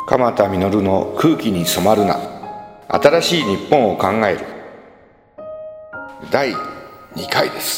鎌田実の空気に染まるな、新しい日本を考える第2回です。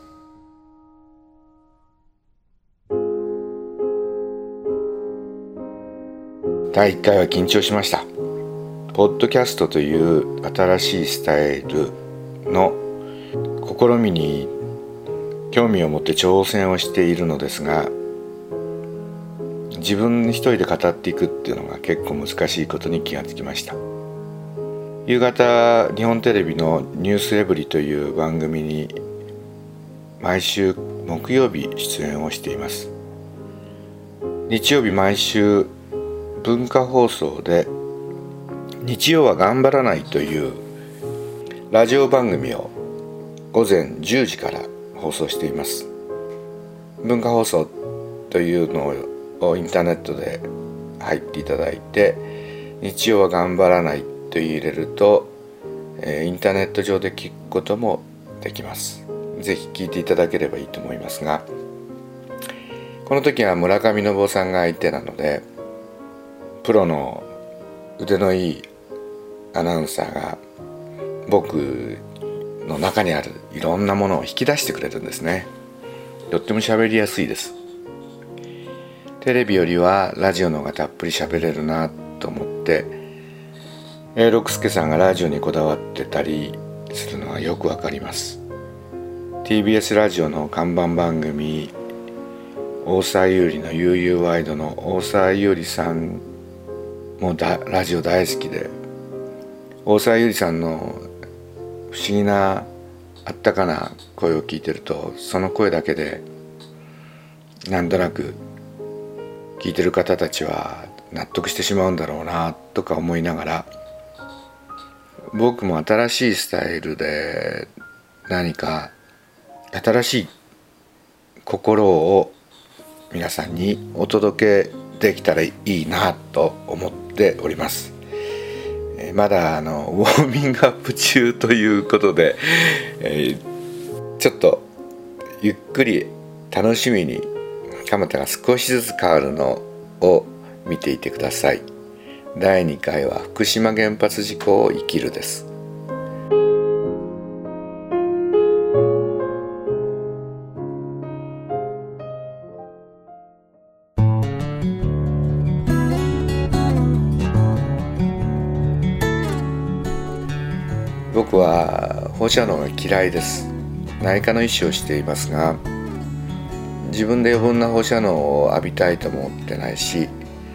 第1回は緊張しました。ポッドキャストという新しいスタイルの試みに興味を持って挑戦をしているのですが、自分一人で語っていくっていうのが結構難しいことに気がつきました。夕方日本テレビのニュースエブリという番組に毎週木曜日出演をしています。日曜日毎週文化放送で日曜は頑張らないというラジオ番組を午前10時から放送しています。文化放送というのをインターネットで入っていただいて、日曜は頑張らないと入れると、インターネット上で聞くこともできます。ぜひ聞いていただければいいと思いますが、この時は村上信夫さんが相手なので、プロの腕のいいアナウンサーが僕の中にあるいろんなものを引き出してくれるんですね。とっても喋りやすいです。テレビよりはラジオの方がたっぷり喋れるなと思って、六輔さんがラジオにこだわってたりするのはよくわかります。 TBS ラジオの看板番組、大沢優里の悠々ワイドの大沢優里さんもラジオ大好きで、大沢優里さんの不思議なあったかな声を聞いてると、その声だけでなんとなく聞いてる方たちは納得してしまうんだろうなとか思いながら、僕も新しいスタイルで何か新しい心を皆さんにお届けできたらいいなと思っております。まだウォーミングアップ中ということで、ちょっとゆっくり楽しみに鎌田が少しずつ変わるのを見ていてください。第2回は福島原発事故を生きるです。僕は放射能が嫌いです。内科の医師をしていますが、自分で余分な放射能を浴びたいとも思ってないし、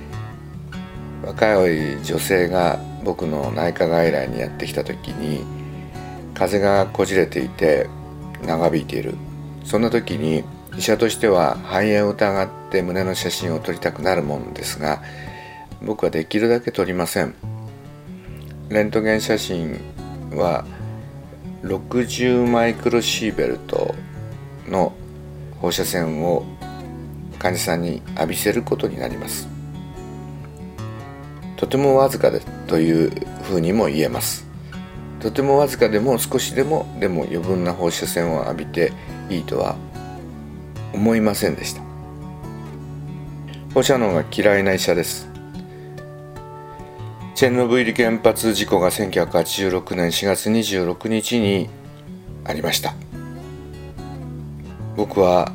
若い女性が僕の内科外来にやってきた時に風邪がこじれていて長引いている、そんな時に医者としては肺炎を疑って胸の写真を撮りたくなるものですが、僕はできるだけ撮りません。レントゲン写真は60マイクロシーベルトの放射線を患者さんに浴びせることになります。とてもわずかでというふうにも言えます。とてもわずかでも少しでも余分な放射線を浴びていいとは思いませんでした。放射能が嫌いな医者です。チェルノブイリ原発事故が1986年4月26日にありました。僕は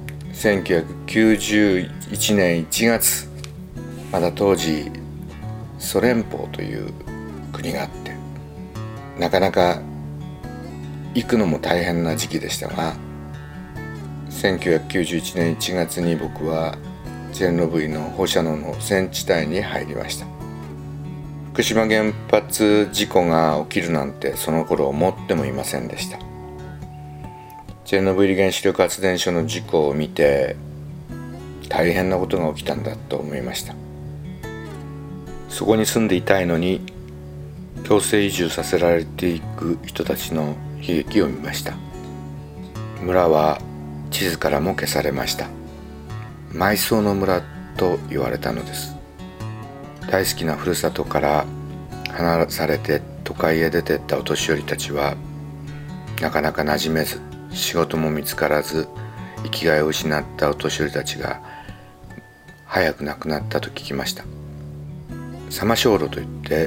1991年1月、まだ当時ソ連邦という国があって、なかなか行くのも大変な時期でしたが、1991年1月に僕はチェルノブイリの放射能の戦地帯に入りました。福島原発事故が起きるなんてその頃思ってもいませんでした。チェルノブイリ原子力発電所の事故を見て、大変なことが起きたんだと思いました。そこに住んでいたいのに強制移住させられていく人たちの悲劇を見ました。村は地図からも消されました。埋葬の村と言われたのです。大好きなふるさとから離されて都会へ出てったお年寄りたちはなかなか馴染めず、仕事も見つからず、生きがいを失ったお年寄りたちが早く亡くなったと聞きました。 サマショーロといって、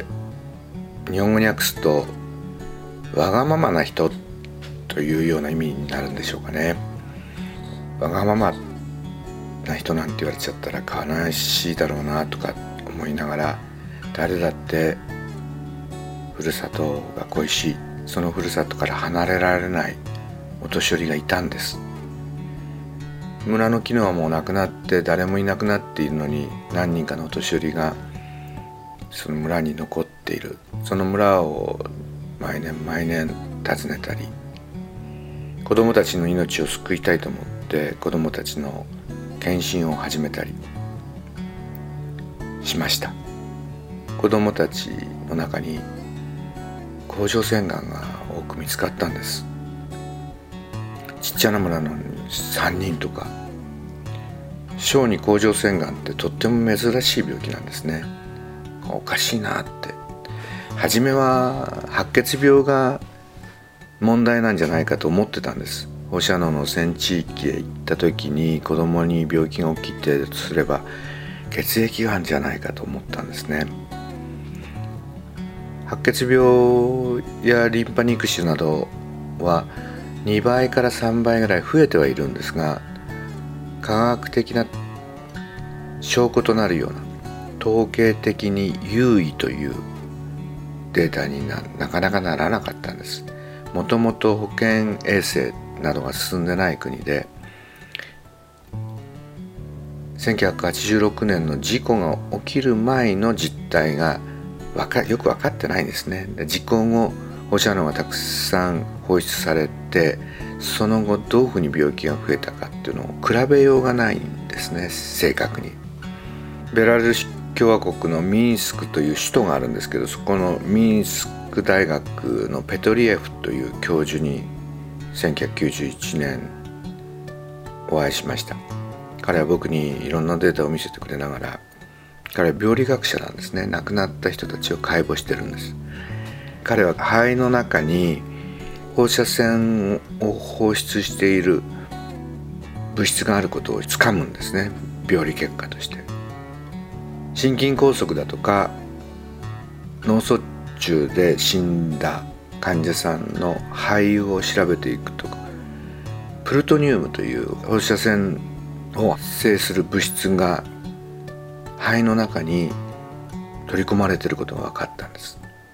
日本語に訳すとわがままな人というような意味になるんでしょうかね。わがままな人なんて言われちゃったら悲しいだろうなとか思いながら、誰だってふるさとが恋しい、そのふるさとから離れられないお年寄りがいたんです。村の機能はもうなくなって誰もいなくなっているのに、何人かのお年寄りがその村に残っている。その村を毎年訪ねたり、子供たちの命を救いたいと思って子供たちの検診を始めたりしました。子供たちの中に甲状腺がんが多く見つかったんです。ちっちゃな村なのに3人とか。小児甲状腺がんってとっても珍しい病気なんですね。おかしいなって、初めは白血病が問題なんじゃないかと思ってたんです。放射能の汚染地域へ行った時に子供に病気が起きてとすれば血液がんじゃないかと思ったんですね。白血病やリンパ肉腫などは2倍から3倍ぐらい増えてはいるんですが、科学的な証拠となるような統計的に優位というデータになかなかならなかったんです。もともと保健衛生などが進んでない国で、1986年の事故が起きる前の実態がよく分かってないんですね。事故後放射能がたくさん放出されて、その後どういうふうに病気が増えたかっていうのを比べようがないんですね、正確に。ベラルーシ共和国のミンスクという首都があるんですけど、そこのミンスク大学のペトリエフという教授に1991年お会いしました。彼は僕にいろんなデータを見せてくれながら、彼は病理学者なんですね。亡くなった人たちを解剖してるんです。彼は肺の中に放射線を放出している物質があることをつかむんですね、病理結果として。心筋梗塞だとか脳卒中で死んだ患者さんの肺を調べていくと、プルトニウムという放射線を発生する物質が肺の中に取り込まれていることが分かったんです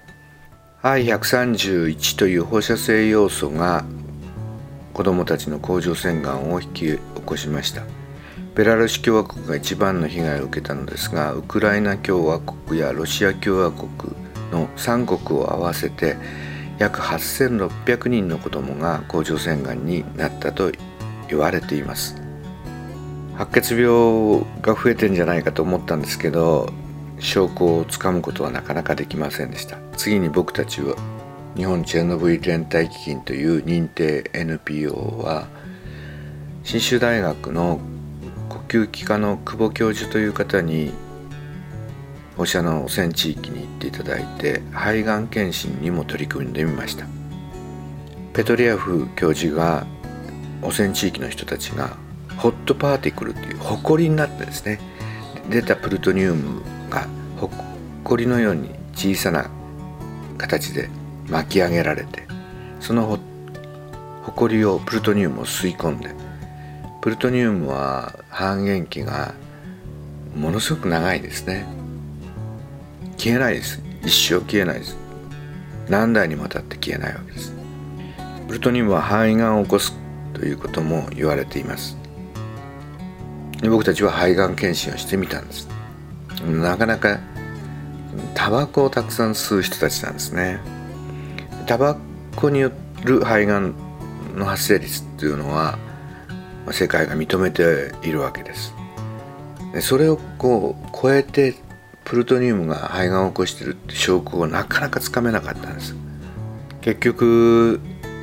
。I131 という放射性要素が子どもたちの甲状腺がんを引き起こしました。ベラルーシ共和国が一番の被害を受けたのですが、ウクライナ共和国やロシア共和国の3国を合わせて約8600人の子どもが甲状腺がんになったと言われています。白血病が増えてんじゃないかと思ったんですけど、証拠をつかむことはなかなかできませんでした。次に僕たちは日本チェルノブイリ連帯基金という認定 NPO は、信州大学の呼吸器科の久保教授という方に放射能汚染地域に行っていただいて、肺がん検診にも取り組んでみました。ペトリアフ教授が汚染地域の人たちがホットパーティクルという埃になってですね、出たプルトニウムが埃のように小さな形で巻き上げられて、その埃をプルトニウムを吸い込んで、プルトニウムは半減期がものすごく長いですね。消えないです。一生消えないです。何代にもわたって消えないわけです。プルトニウムは肺がんを起こすということも言われています。僕たちは肺がん検診をしてみたんです。なかなかタバコをたくさん吸う人たちなんですね。タバコによる肺がんの発生率っていうのは世界が認めているわけです。でそれを超えてプルトニウムが肺がんを起こしているって証拠をなかなかつかめなかったんです。結局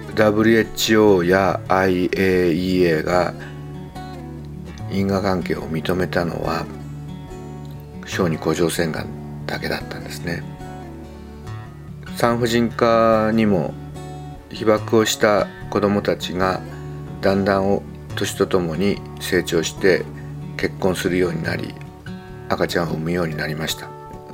WHO や IAEA が因果関係を認めたのは小児甲状腺がんだけだったんですね。産婦人科にも被爆をした子どもたちがだんだん年とともに成長して結婚するようになり、赤ちゃんを産むようになりました。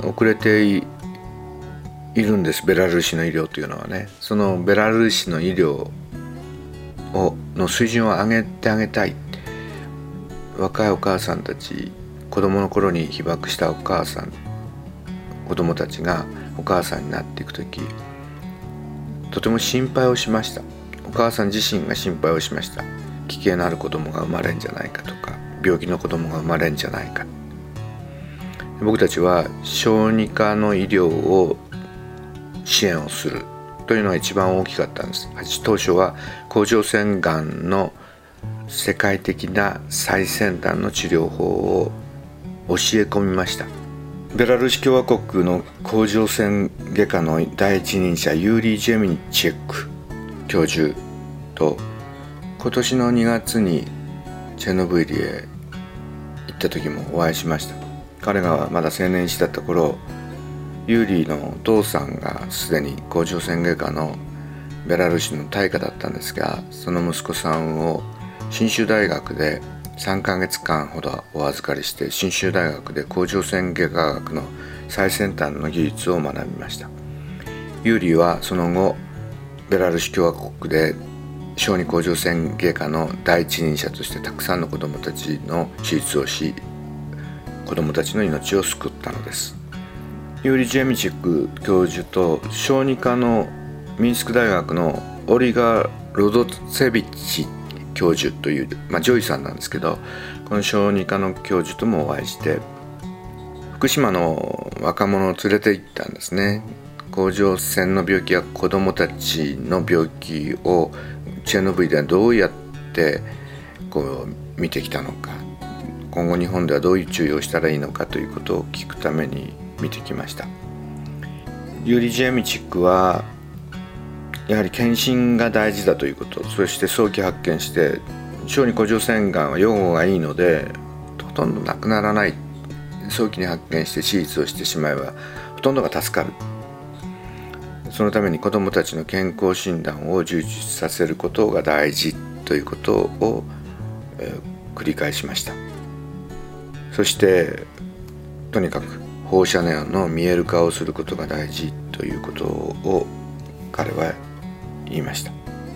遅れているんです。ベラルーシの医療というのはね。そのベラルーシの医療の水準を上げてあげたい。若いお母さんたち、子供の頃に被爆した子供たちがお母さんになっていくとき、とても心配をしました。お母さん自身が心配をしました。危険のある子供が生まれんじゃないかとか、病気の子供が生まれんじゃないか。僕たちは小児科の医療を支援をするというのが一番大きかったんです。当初は甲状腺がんの世界的な最先端の治療法を教え込みました。ベラルーシ共和国の甲状腺外科の第一人者ユーリー・ジェミチェック教授と今年の2月にチェルノブイリへ行った時もお会いしました。彼がまだ青年医師だった頃、ユーリーのお父さんがすでに甲状腺外科のベラルーシの大家だったんですが、その息子さんを信州大学で3ヶ月間ほどお預かりして、信州大学で甲状腺外科学の最先端の技術を学びました。ユーリーはその後ベラルーシ共和国で小児甲状腺外科の第一人者としてたくさんの子どもたちの手術をし、子どもたちの命を救ったのです。ユーリ・ジェミチック教授と小児科のミンスク大学のオリガ・ロドツェビッチ教授という、ジョイさんなんですけど、この小児科の教授ともお会いして、福島の若者を連れて行ったんですね。甲状腺の病気や子どもたちの病気をチェルノブイリではどうやって見てきたのか、今後日本ではどういう注意をしたらいいのかということを聞くために見てきました。ユーリ・ジェミチックはやはり検診が大事だということ、そして早期発見して小児甲状腺がんは予後がいいのでほとんどなくならない、早期に発見して手術をしてしまえばほとんどが助かる。そのために子どもたちの健康診断を充実させることが大事ということを、繰り返しました。そしてとにかく放射能の見える化をすることが大事ということを彼は言いました。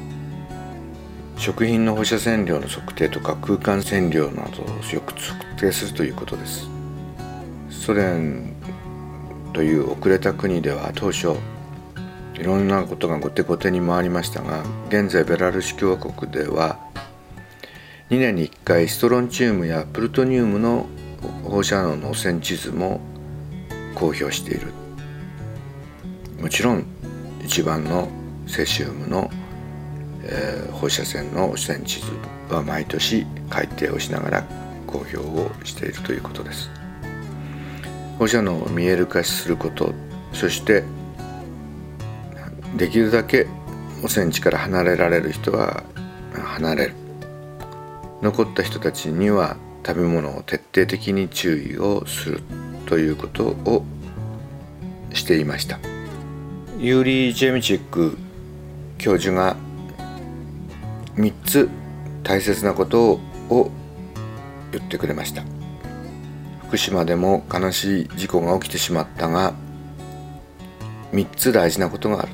食品の放射線量の測定とか空間線量などをよく測定するということです。ソ連という遅れた国では当初いろんなことが後手後手に回りましたが、現在ベラルーシ共和国では2年に1回ストロンチウムやプルトニウムの放射能の汚染地図も公表している。もちろん一番のセシウムの、放射線の汚染地図は毎年改定をしながら公表をしているということです。放射能を見える化すること、そしてできるだけ汚染地から離れられる人は離れる。残った人たちには食べ物を徹底的に注意をするということをしていました。ユーリー・ジェミチック教授が3つ大切なことを言ってくれました。福島でも悲しい事故が起きてしまったが、3つ大事なことがある。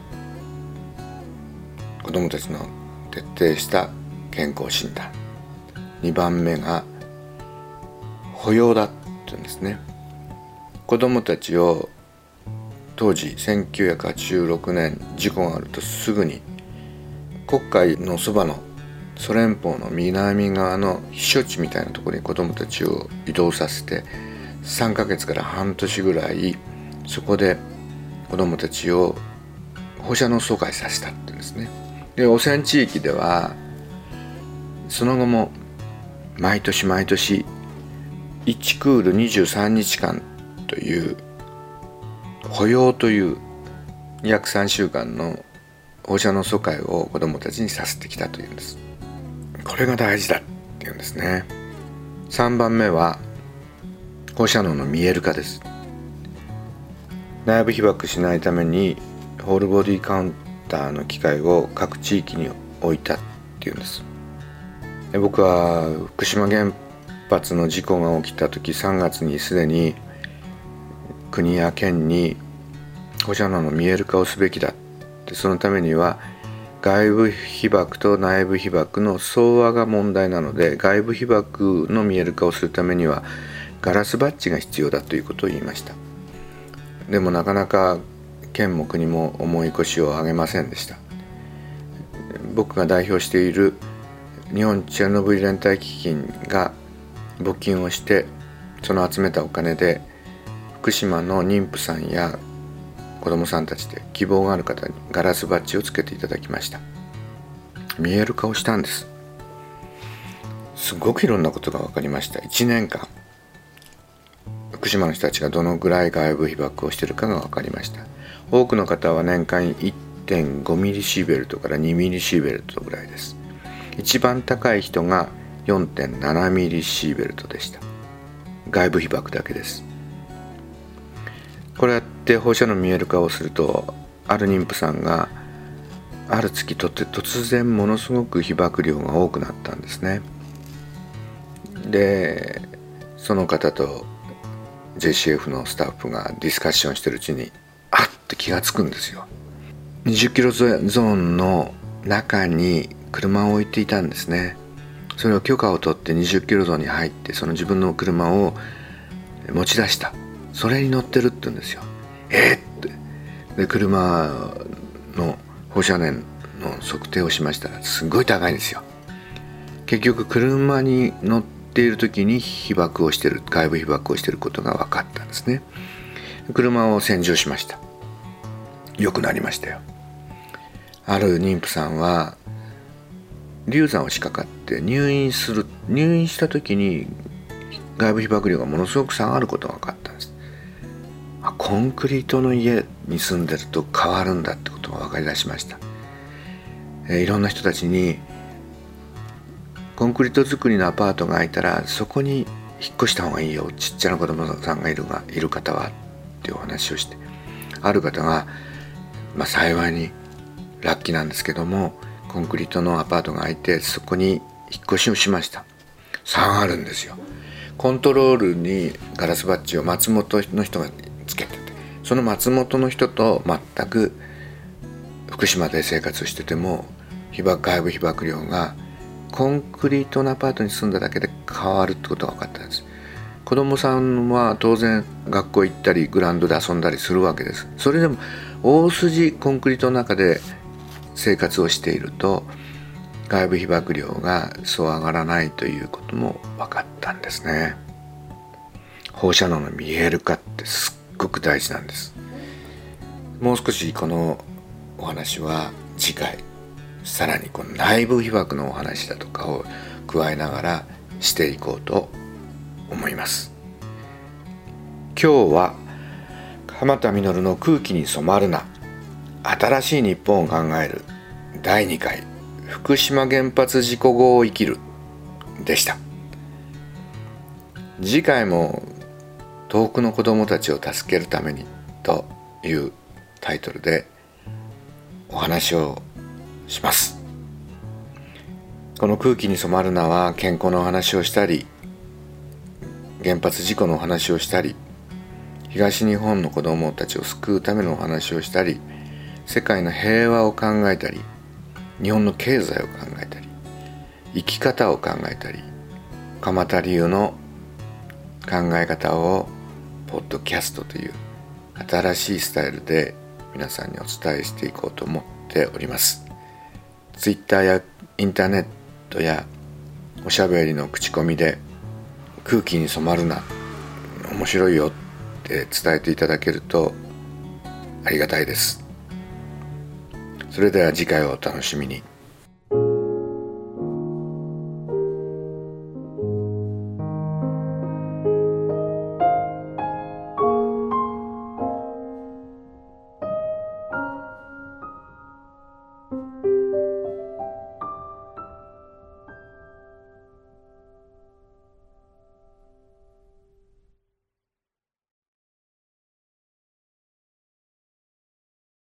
子どもたちの徹底した健康診断。2番目が保養だって言うんですね。子どもたちを当時1986年事故があるとすぐに黒海のそばのソ連邦の南側の避暑地みたいなところに子どもたちを移動させて3ヶ月から半年ぐらいそこで子どもたちを放射能疎開させたって言うんですね。で、汚染地域ではその後も毎年毎年1クール23日間という保養という約3週間の放射能疎開を子どもたちにさせてきたというんです。これが大事だっていうんですね。3番目は放射能の見える化です。内部被曝しないためにホールボディカウンターの機械を各地域に置いたっていうんです。僕は福島原発の事故が起きた時3月にすでに国や県に放射能の見える化をすべきだ。でそのためには外部被曝と内部被曝の相和が問題なので、外部被曝の見える化をするためにはガラスバッジが必要だということを言いました。でもなかなか県も国も重い腰を上げませんでした。僕が代表している日本チェルノブイリ連帯基金が募金をして、その集めたお金で福島の妊婦さんや子どもさんたちで希望がある方にガラスバッジをつけていただきました。見える化をしたんです。すごくいろんなことが分かりました。1年間福島の人たちがどのぐらい外部被曝をしているかが分かりました。多くの方は年間 1.5 ミリシーベルトから2ミリシーベルトぐらいです。一番高い人が 4.7 ミリシーベルトでした。外部被曝だけです。これやって放射能見える化をすると、ある妊婦さんがある月突然ものすごく被曝量が多くなったんですね。でその方と JCF のスタッフがディスカッションしてるうちにあって気がつくんですよ。20キロゾーンの中に車を置いていたんですね。それを許可を取って20キロゾーンに入って、その自分の車を持ち出した。それに乗ってるって言うんですよ。ってで車の放射能の測定をしましたらすごい高いんですよ。結局車に乗っている時に被曝をしている、外部被曝をしていることが分かったんですね。車を洗浄しました。良くなりましたよ。ある妊婦さんは流産をしかかって入院した時に外部被曝量がものすごく下がることが分かったんです。コンクリートの家に住んでると変わるんだってことが分かりだしました。いろんな人たちにコンクリート作りのアパートが空いたらそこに引っ越した方がいいよ、ちっちゃな子供さんがいる方はっていうお話をして、ある方が、幸いにラッキーなんですけども、コンクリートのアパートが空いてそこに引っ越しをしました。差があるんですよ。コントロールにガラスバッジを松本の人がつけてて、その松本の人と全く福島で生活してても外部被曝量がコンクリートのアパートに住んだだけで変わるってことが分かったんです。子供さんは当然学校行ったりグラウンドで遊んだりするわけです。それでも大筋コンクリートの中で生活をしていると外部被曝量がそう上がらないということも分かったんですね。放射能の見える化ってすっごく大事なんです。もう少しこのお話は次回さらにこの内部被曝のお話だとかを加えながらしていこうと思います。今日は鎌田實の空気に染まるな、新しい日本を考える第2回福島原発事故後を生きるでした。次回も遠くの子どもたちを助けるためにというタイトルでお話をします。この空気に染まるなは健康のお話をしたり、原発事故のお話をしたり、東日本の子どもたちを救うためのお話をしたり、世界の平和を考えたり、日本の経済を考えたり、生き方を考えたり、鎌田流の考え方をポッドキャストという新しいスタイルで皆さんにお伝えしていこうと思っております。ツイッターやインターネットやおしゃべりの口コミで空気に染まるな、面白いよって伝えていただけるとありがたいです。それでは次回をお楽しみに。